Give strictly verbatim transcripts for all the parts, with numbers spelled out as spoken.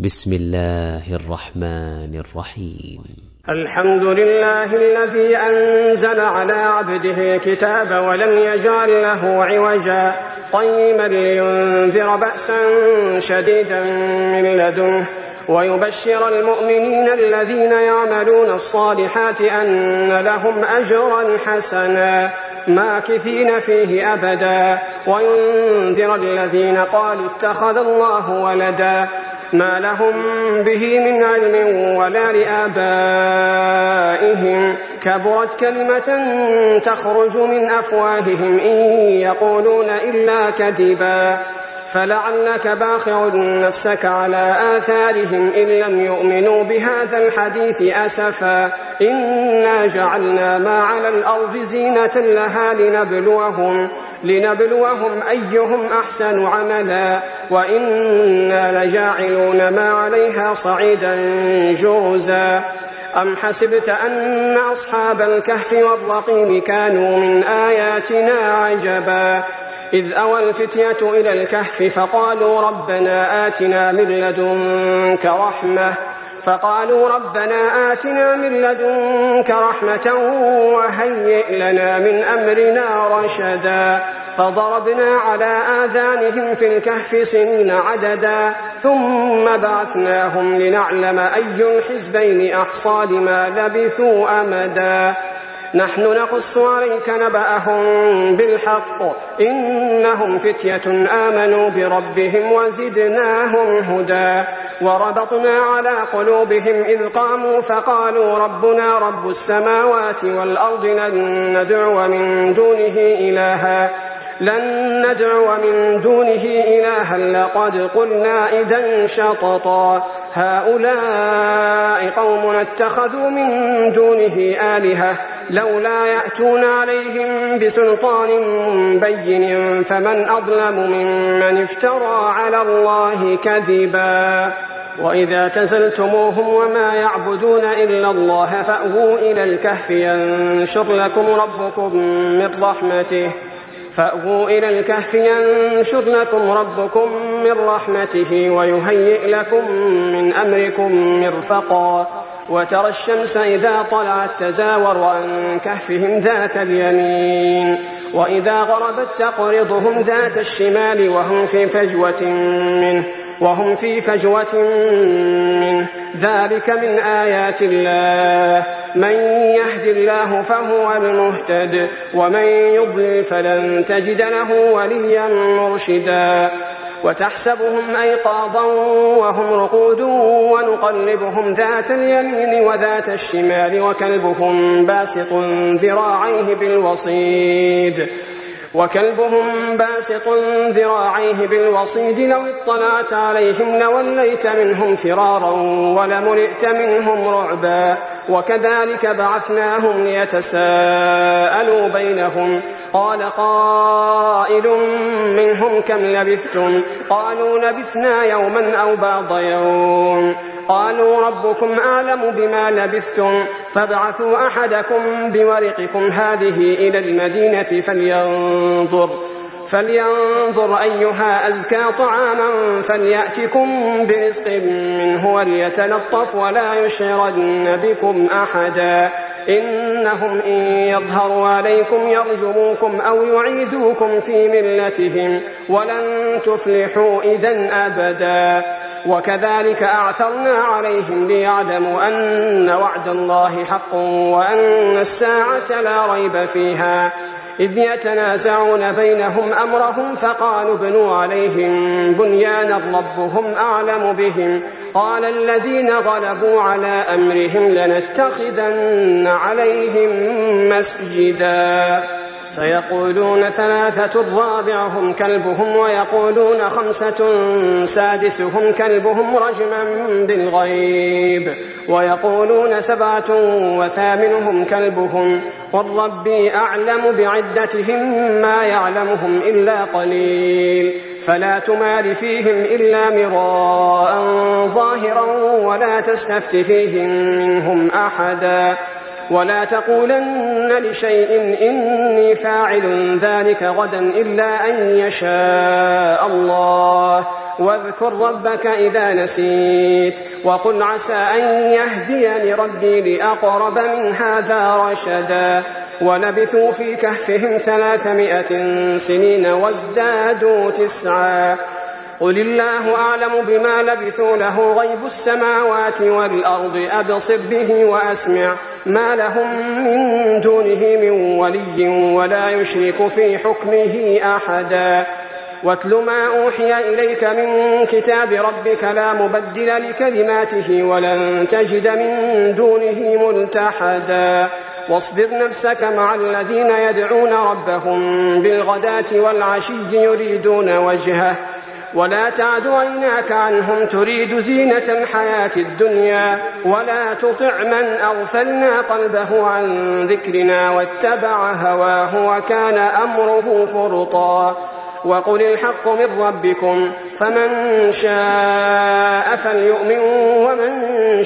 بسم الله الرحمن الرحيم. الحمد لله الذي أنزل على عبده الكتاب ولم يجعل له عوجا قيما لينذر بأسا شديدا من لدنه ويبشر المؤمنين الذين يعملون الصالحات أن لهم أجرا حسنا ماكثين فيه أبدا وينذر الذين قالوا اتخذ الله ولدا ما لهم به من علم ولا لآبائهم كبرت كلمة تخرج من أفواههم إن يقولون إلا كذبا فلعلك باخع نفسك على آثارهم إن لم يؤمنوا بهذا الحديث أسفا إنا جعلنا ما على الأرض زينة لها لنبلوهم لنبلوهم أيهم أحسن عملا وإنا لجاعلون ما عليها صعيدا جرزا أم حسبت أن أصحاب الكهف والرقيم كانوا من آياتنا عجبا إذ أوى الفتية إلى الكهف فقالوا ربنا آتنا من لدنك رحمة فقالوا ربنا آتنا من لدنك رحمة وهيئ لنا من أمرنا رشدا فضربنا على آذانهم في الكهف سنين عددا ثم بعثناهم لنعلم أي الحزبين أحصى لما لبثوا أمدا نحن نقص عليك نبأهم بالحق إنهم فتية آمنوا بربهم وزدناهم هدى وربطنا على قلوبهم إذ قاموا فقالوا ربنا رب السماوات والأرض لن ندعو من دونه إلها لن ندعو من دونه إلها لقد قلنا إذا شططا هؤلاء قوم اتخذوا من دونه آلهة لولا يأتون عليهم بسلطان بين فمن أظلم ممن افترى على الله كذبا وإذا اعتزلتموهم وما يعبدون إلا الله فأووا إلى الكهف ينشر لكم ربكم من رحمته فأووا إلى الكهف ينشر لكم ربكم من رحمته ويهيئ لكم من أمركم مرفقا وترى الشمس إذا طلعت تزاور عن كهفهم ذات اليمين وإذا غربت تقرضهم ذات الشمال وهم في فجوة منه وهم في فجوة منه ذلك من آيات الله من يهد الله فهو المهتد ومن يضلل فلن تجد له وليا مرشدا وتحسبهم أيقاظا وهم رقود ونقلبهم ذات اليمين وذات الشمال وكلبهم باسط ذراعيه بالوصيد وكلبهم باسط ذراعيه بالوصيد لو اطلعت عليهم لوليت منهم فرارا ولملئت منهم رعبا وكذلك بعثناهم ليتساءلوا بينهم قال قائل منهم كم لبثتم قالوا لبثنا يوما أو بعض يوم قالوا ربكم أعلم بما لبثتم فابعثوا أحدكم بورقكم هذه إلى المدينة فلينظر فلينظر أيها أزكى طعاما فليأتكم برزق منه وليتلطف ولا يشعرن بكم أحدا إنهم إن يظهروا عليكم يرجموكم أو يعيدوكم في ملتهم ولن تفلحوا إذن أبدا وكذلك أعثرنا عليهم ليعلموا أن وعد الله حق وأن الساعة لا ريب فيها إذ يتنازعون بينهم أمرهم فقالوا ابنوا عليهم بنيانا ربهم أعلم بهم قال الذين غلبوا على أمرهم لنتخذن عليهم مسجدا سيقولون ثلاثة رابعهم كلبهم ويقولون خمسة سادسهم كلبهم رجما بالغيب ويقولون سبعة وثامنهم كلبهم قل ربي أعلم بعدتهم ما يعلمهم إلا قليل فلا تمار فيهم إلا مراء ظاهرا ولا تستفت فيهم منهم أحدا ولا تقولن لشيء إني فاعل ذلك غدا إلا أن يشاء الله واذكر ربك إذا نسيت وقل عسى أن يهديني ربي لأقرب من هذا رشدا ولبثوا في كهفهم ثلاثمائة سنين وازدادوا تسعا قل الله أعلم بما لبثوا له غيب السماوات والأرض أبصر به وأسمع ما لهم من دونه من ولي ولا يشرك في حكمه أحدا واتل ما أوحي إليك من كتاب ربك لا مبدل لكلماته ولن تجد من دونه ملتحدا واصبر نفسك مع الذين يدعون ربهم بالغداة والعشي يريدون وجهه ولا تعد عيناك عنهم تريد زينة الحياة الدنيا ولا تطع من أغفلنا قلبه عن ذكرنا واتبع هواه وكان أمره فرطا وقل الحق من ربكم فمن شاء فليؤمن ومن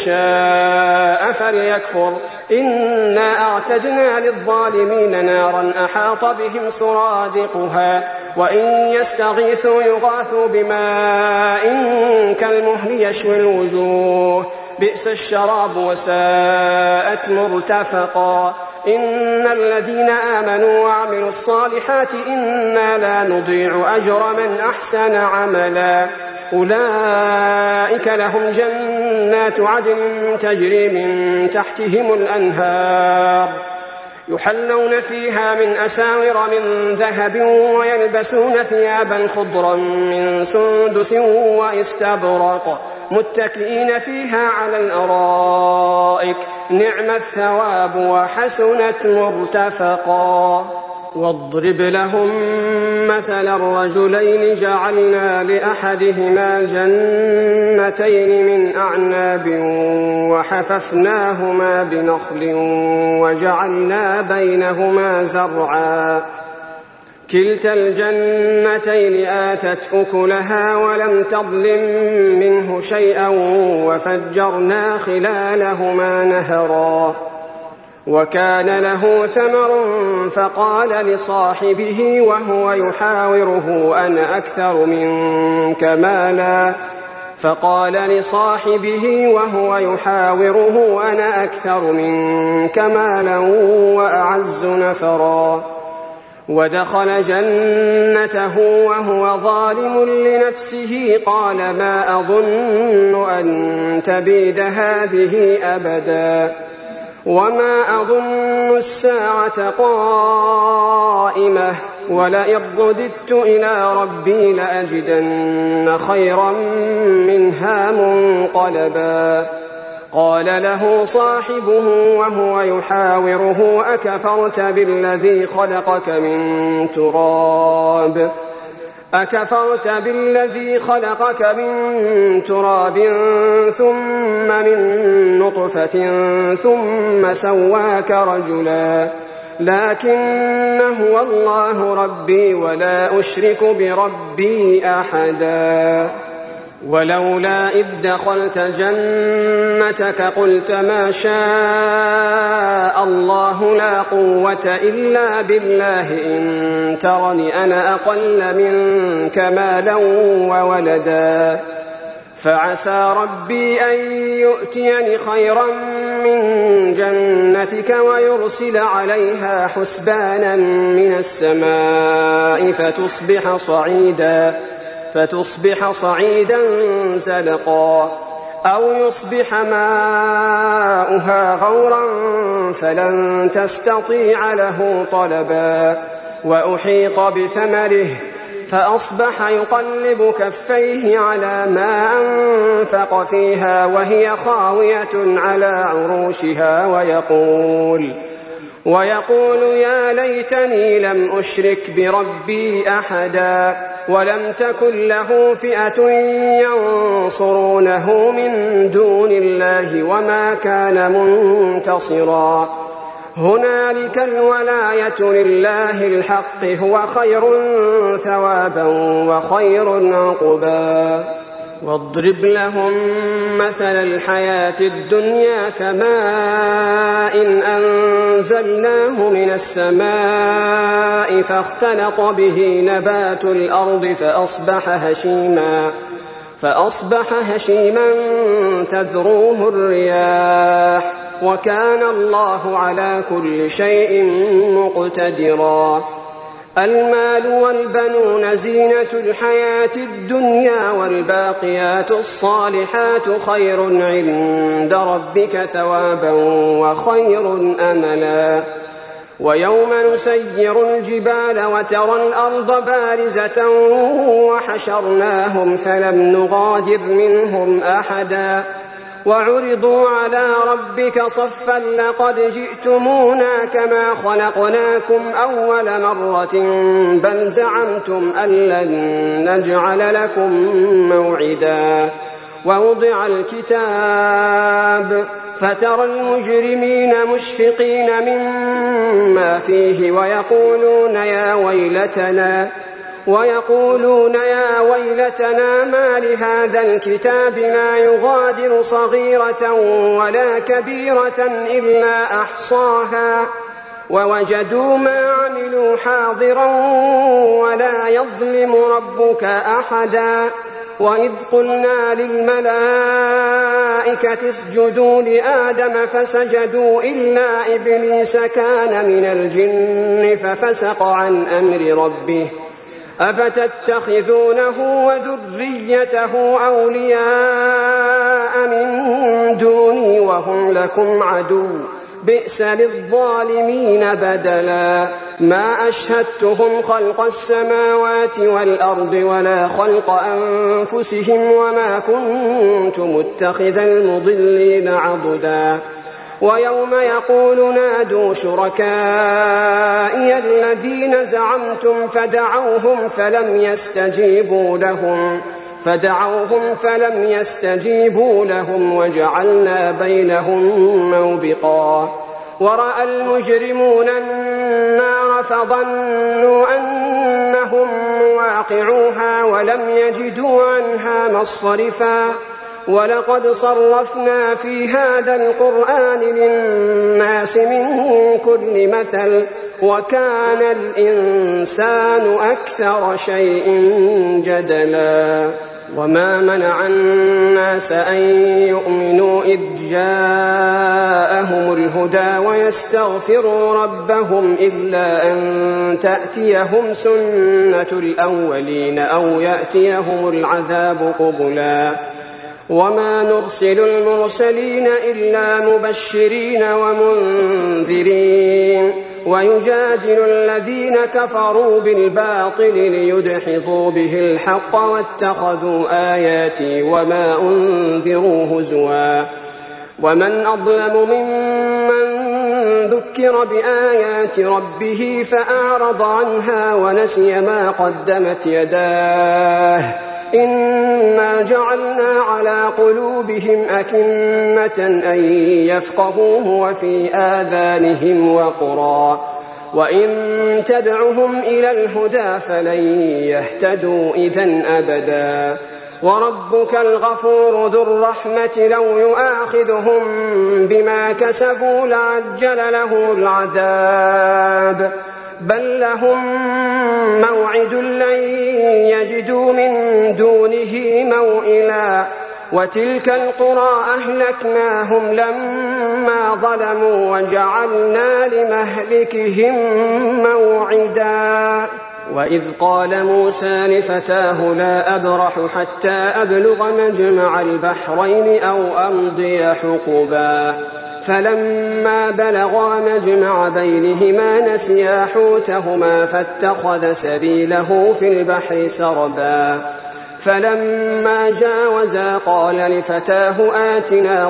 شاء فليكفر إنا أعتدنا للظالمين نارا أحاط بهم سرادقها وإن يستغيثوا يغاثوا بماء كالمهل يشوي الوجوه بئس الشراب وساءت مرتفقا إن الذين آمنوا وعملوا الصالحات إنا لا نضيع أجر من أحسن عملا أولئك لهم جنات عدن تجري من تحتهم الأنهار يحلون فيها من أساور من ذهب ويلبسون ثيابا خضرا من سندس واستبرق متكئين فيها على الأرائك نعم الثواب وحسنت مرتفقا واضرب لهم مثل الرجلين جعلنا لأحدهما جنتين من أعناب وحففناهما بنخل وجعلنا بينهما زرعا كلتا الجنتين آتت أكلها ولم تظلم منه شيئا وفجرنا خلالهما نهرا وكان له ثمر فقال لصاحبه وهو يحاوره أنا أكثر منك مالا فقال لصاحبه وهو يحاوره أنا أكثر منك مالا وأعز نفرا ودخل جنته وهو ظالم لنفسه قال ما أظن أن تبيد هذه أبدا وما أظن الساعة قائمة ولئن رددت إلى ربي لأجدن خيرا منها منقلبا قال له صاحبه وهو يحاوره أكفرت بالذي خلقك من تراب أكفرت بالذي خلقك من تراب ثم من نطفة ثم سواك رجلا لكن هو الله ربي ولا أشرك بربي أحدا ولولا إذ دخلت جنتك قلت ما شاء الله لا قوة إلا بالله إن ترني أنا أقل منك مالا وولدا فعسى ربي أن يؤتيني خيرا من جنتك ويرسل عليها حسبانا من السماء فتصبح صعيدا فتصبح صعيدا زلقا أو يصبح ماؤها غورا فلن تستطيع له طلبا وأحيط بثمره فأصبح يقلب كفيه على ما أنفق فيها وهي خاوية على عروشها ويقول ويقول يا ليتني لم أشرك بربي أحدا ولم تكن له فئة ينصرونه من دون الله وما كان منتصرا هنالك الولاية لله الحق هو خير ثوابا وخير عقبا واضرب لهم مثل الحياة الدنيا كماء إن أنزلناه من السماء فاختلط به نبات الأرض فأصبح هشيما فأصبح هشيما تذروه الرياح وكان الله على كل شيء مقتدرا. المال والبنون زينة الحياة الدنيا والباقيات الصالحات خير عند ربك ثوابا وخير أملا. ويوم نسير الجبال وترى الأرض بارزة وحشرناهم فلم نغادر منهم أحدا وعرضوا على ربك صفا لقد جئتمونا كما خلقناكم أول مرة بل زعمتم أن لن نجعل لكم موعدا. ووضع الكتاب فترى المجرمين مشفقين مما فيه ويقولون يا ويلتنا ويقولون يا ويلتنا ما لهذا الكتاب لا يغادر صغيرة ولا كبيرة إلا أحصاها ووجدوا ما عملوا حاضرا ولا يظلم ربك أحدا. وإذ قلنا للملائكة اسجدوا لآدم فسجدوا إلا إبليس كان من الجن ففسق عن أمر ربه أفتتخذونه وذريته أولياء من دوني وهم لكم عدو بئس للظالمين بدلا. ما أشهدتهم خلق السماوات والأرض ولا خلق أنفسهم وما كنت متخذ المضلين عضدا. ويوم يقول نادوا شركائي الذين زعمتم فدعوهم فلم يستجيبوا لهم فدعوهم فلم يستجيبوا لهم وجعلنا بينهم موبقا. ورأى المجرمون النار فظنوا أنهم مواقعوها ولم يجدوا عنها مصرفا. ولقد صرفنا في هذا القرآن للناس من كل مثل وكان الإنسان أكثر شيء جدلا. وما منع الناس أن يؤمنوا إذ جاءهم الهدى ويستغفروا ربهم إلا أن تأتيهم سنة الأولين أو يأتيهم العذاب قبلا. وما نرسل المرسلين إلا مبشرين ومنذرين ويجادل الذين كفروا بالباطل ليدحضوا به الحق واتخذوا آياتي وما أنذروا هزوا. ومن أظلم ممن ذكر بآيات ربه فأعرض عنها ونسي ما قدمت يداه إنا جعلنا على قلوبهم أكنة أن يفقهوه وفي آذانهم وقرا وإن تدعهم إلى الهدى فلن يهتدوا إذن أبدا. وربك الغفور ذو الرحمة لو يؤاخذهم بما كسبوا لعجل لهم العذاب بل لهم موعد لن يجدوا من دونه موئلا. وتلك القرى أهلكناهم لما ظلموا وجعلنا لمهلكهم موعدا. وإذ قال موسى لفتاه لا أبرح حتى أبلغ مجمع البحرين أو أمضي حقبا فلما بلغا مجمع بينهما نسيا حوتهما فاتخذ سبيله في البحر سربا فلما جاوزا قال لفتاه آتنا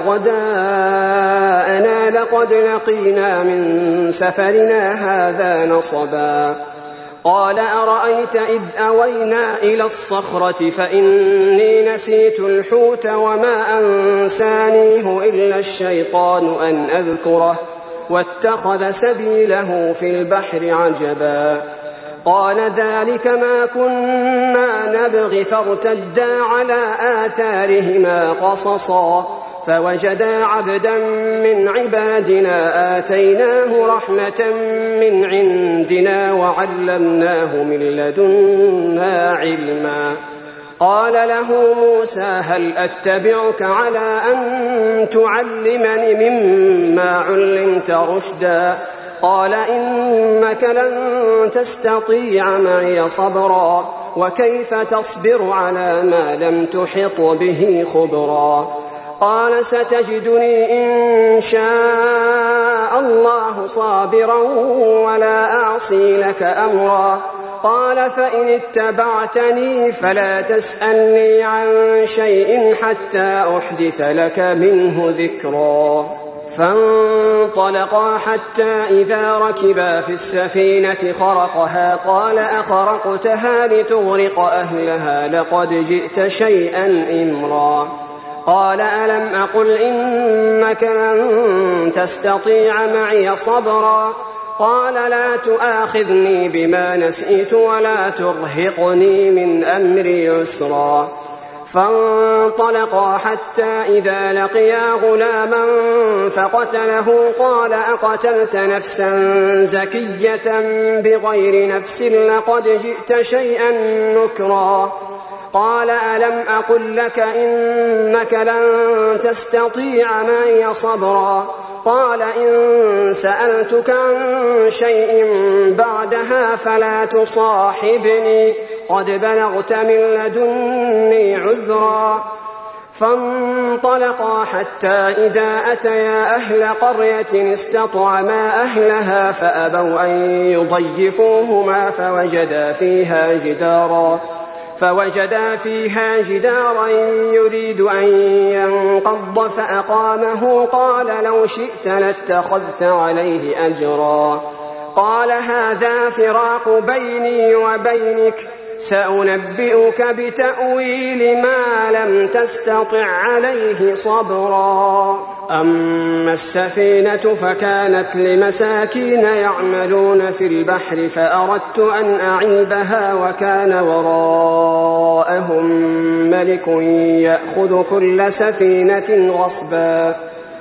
غداءنا لقد لقينا من سفرنا هذا نصبا قال أرأيت إذ أوينا إلى الصخرة فإني نسيت الحوت وما أنسانيه إلا الشيطان أن أذكره واتخذ سبيله في البحر عجبا قال ذلك ما كنا نبغي فارتدا على آثارهما قصصا فوجدا عبدا من عبادنا آتيناه رحمة من عندنا وعلمناه من لدنا علما. قال له موسى هل أتبعك على أن تعلمني مما علمت رشدا قال إنك لن تستطيع معي صبرا وكيف تصبر على ما لم تحط به خبرا قال ستجدني إن شاء الله صابرا ولا أعصي لك أمرا قال فإن اتبعتني فلا تسألني عن شيء حتى أحدث لك منه ذكرا. فانطلقا حتى إذا ركبا في السفينة خرقها قال أخرقتها لتغرق أهلها لقد جئت شيئا إمرا قال ألم أقل إنك لن تستطيع معي صبرا قال لا تؤاخذني بما نسيت ولا ترهقني من أمري يسرا. فانطلقا حتى إذا لقيا غلاما فقتله قال أقتلت نفسا زكية بغير نفس لقد جئت شيئا نكرا قال ألم أقل لك إنك لن تستطيع معي صبرا قال إن سألتك عن شيء بعدها فلا تصاحبني قد بلغت من لدني عذرا. فانطلقا حتى إذا أتيا أهل قرية استطعما أهلها فأبوا أن يضيفوهما فوجدا فيها جدارا فوجدا فيها جدارا يريد أن ينقض فأقامه قال لو شئت لاتخذت عليه أجرا قال هذا فراق بيني وبينك سأنبئك بتأويل ما لم تستطع عليه صبرا. أما السفينة فكانت لمساكين يعملون في البحر فأردت أن أعيبها وكان وراءهم ملك يأخذ كل سفينة غصبا.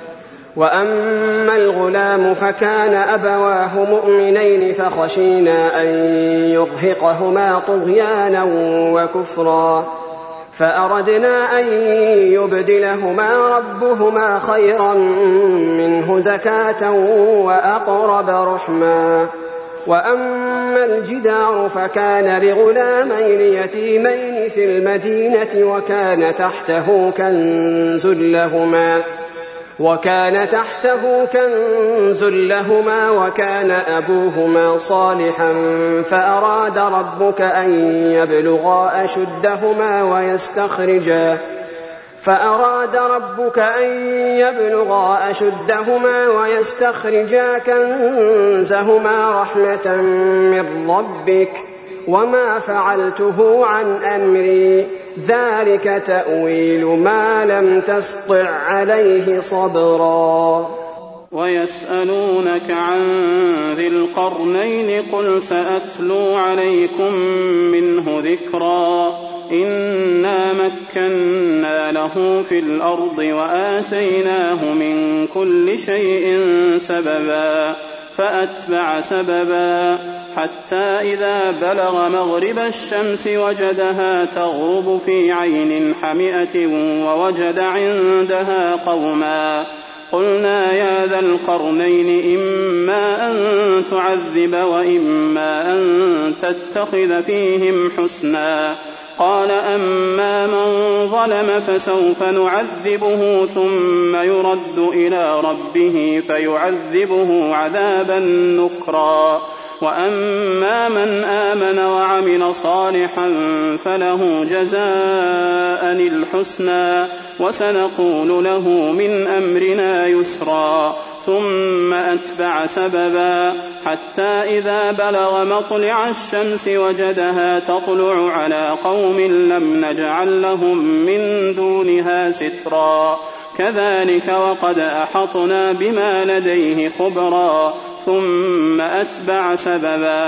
وأما الغلام فكان أبواه مؤمنين فخشينا أن يرهقهما طغيانا وكفرا فأردنا أن يبدلهما ربهما خيرا منه زكاة وأقرب رحما. وأما الجدار فكان لغلامين يتيمين في المدينة وكان تحته كنز لهما وكان تحته كنز لهما وكان أبوهما صالحا فأراد ربك أن يبلغا أشدهما ويستخرجا فأراد ربك أن يبلغا أشدهما ويستخرجا كنزهما رحمة من ربك وما فعلته عن أمري ذلك تأويل ما لم تسطع عليه صبرا. ويسألونك عن ذي القرنين قل سأتلو عليكم منه ذكرا إنا مكنا له في الأرض وآتيناه من كل شيء سببا فأتبع سببا حتى إذا بلغ مغرب الشمس وجدها تغرب في عين حمئة ووجد عندها قوما قلنا يا ذا القرنين إما أن تعذب وإما أن تتخذ فيهم حسنا قال أما من ظلم فسوف نعذبه ثم يرد إلى ربه فيعذبه عذابا نكرا وأما من آمن وعمل صالحا فله جزاء الحسنى وسنقول له من أمرنا يسرا ثم أتبع سببا حتى إذا بلغ مطلع الشمس وجدها تطلع على قوم لم نجعل لهم من دونها سترا كذلك وقد أحطنا بما لديه خبرا ثم أتبع سببا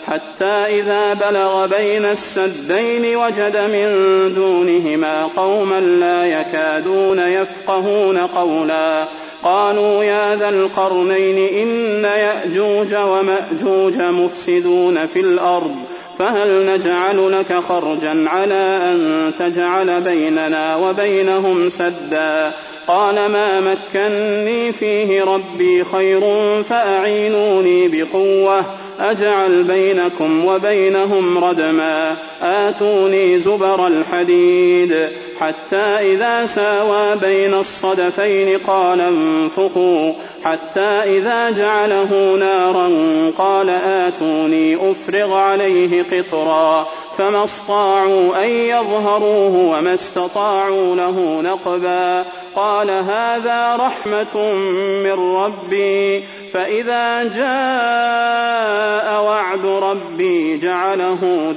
حتى إذا بلغ بين السدين وجد من دونهما قوما لا يكادون يفقهون قولا قالوا يا ذا القرنين إن يأجوج ومأجوج مفسدون في الأرض فهل نجعل لك خرجا على أن تجعل بيننا وبينهم سدا قال ما مكني فيه ربي خير فأعينوني بقوة أجعل بينكم وبينهم ردما آتوني زبر الحديد حتى إذا ساوى بين الصدفين قال انفخوا حتى إذا جعله نارا قال آتوني أفرغ عليه قطرا فما استطاعوا أن يظهروه وما استطاعوا له نقبا قال هذا رحمة من ربي فإذا جاء وعد ربي جعله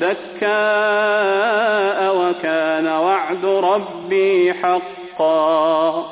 دكاء وكان وعد ربي حقا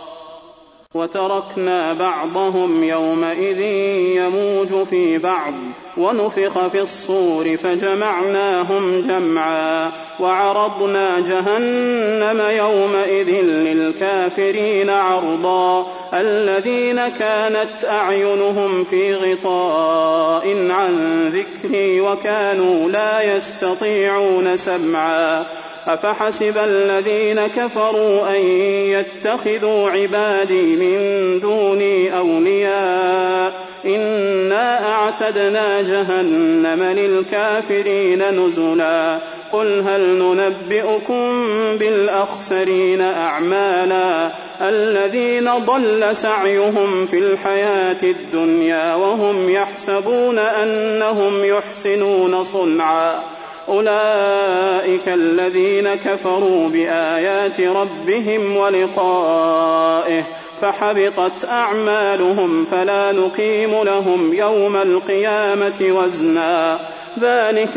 وتركنا بعضهم يومئذ يموج في بعض ونفخ في الصور فجمعناهم جمعا وعرضنا جهنم يومئذ للكافرين عرضا الذين كانت أعينهم في غطاء عن ذكري وكانوا لا يستطيعون سمعا أفحسب الذين كفروا أن يتخذوا عبادي من دوني أولياء إنا أعتدنا جهنم للكافرين نزلا قل هل ننبئكم بالأخسرين أعمالا الذين ضل سعيهم في الحياة الدنيا وهم يحسبون أنهم يحسنون صنعا أولئك الذين كفروا بآيات ربهم ولقائه فحبطت أعمالهم فلا نقيم لهم يوم القيامة وزنا ذلك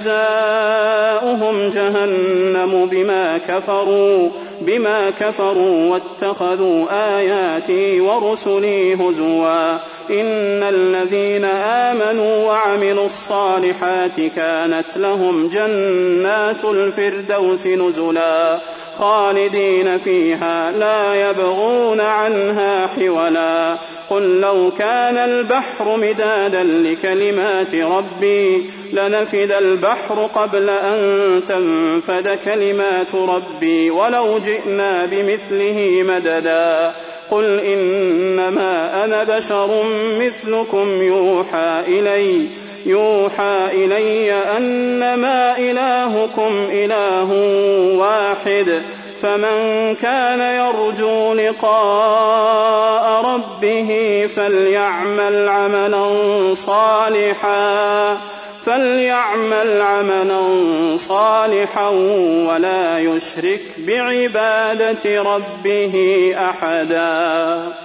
جزاؤهم جهنم بما كفروا بما كفروا واتخذوا آياتي ورسلي هزوا إن الذين آمنوا وعملوا الصالحات كانت لهم جنات الفردوس نزلا خالدين فيها لا يبغون عنها حولا قل لو كان البحر مدادا لكلمات ربي لنفد البحر قبل أن تنفد كلمات ربي ولو جئنا بمثله مددا قل إنما أنا بشر مثلكم يوحى إلي يوحى إلي أنما إلهكم إله واحد فمن كان يرجو لقاء ربه فليعمل عملا صالحا فليعمل عملا صالحا ولا يشرك بعبادة ربه أحدا.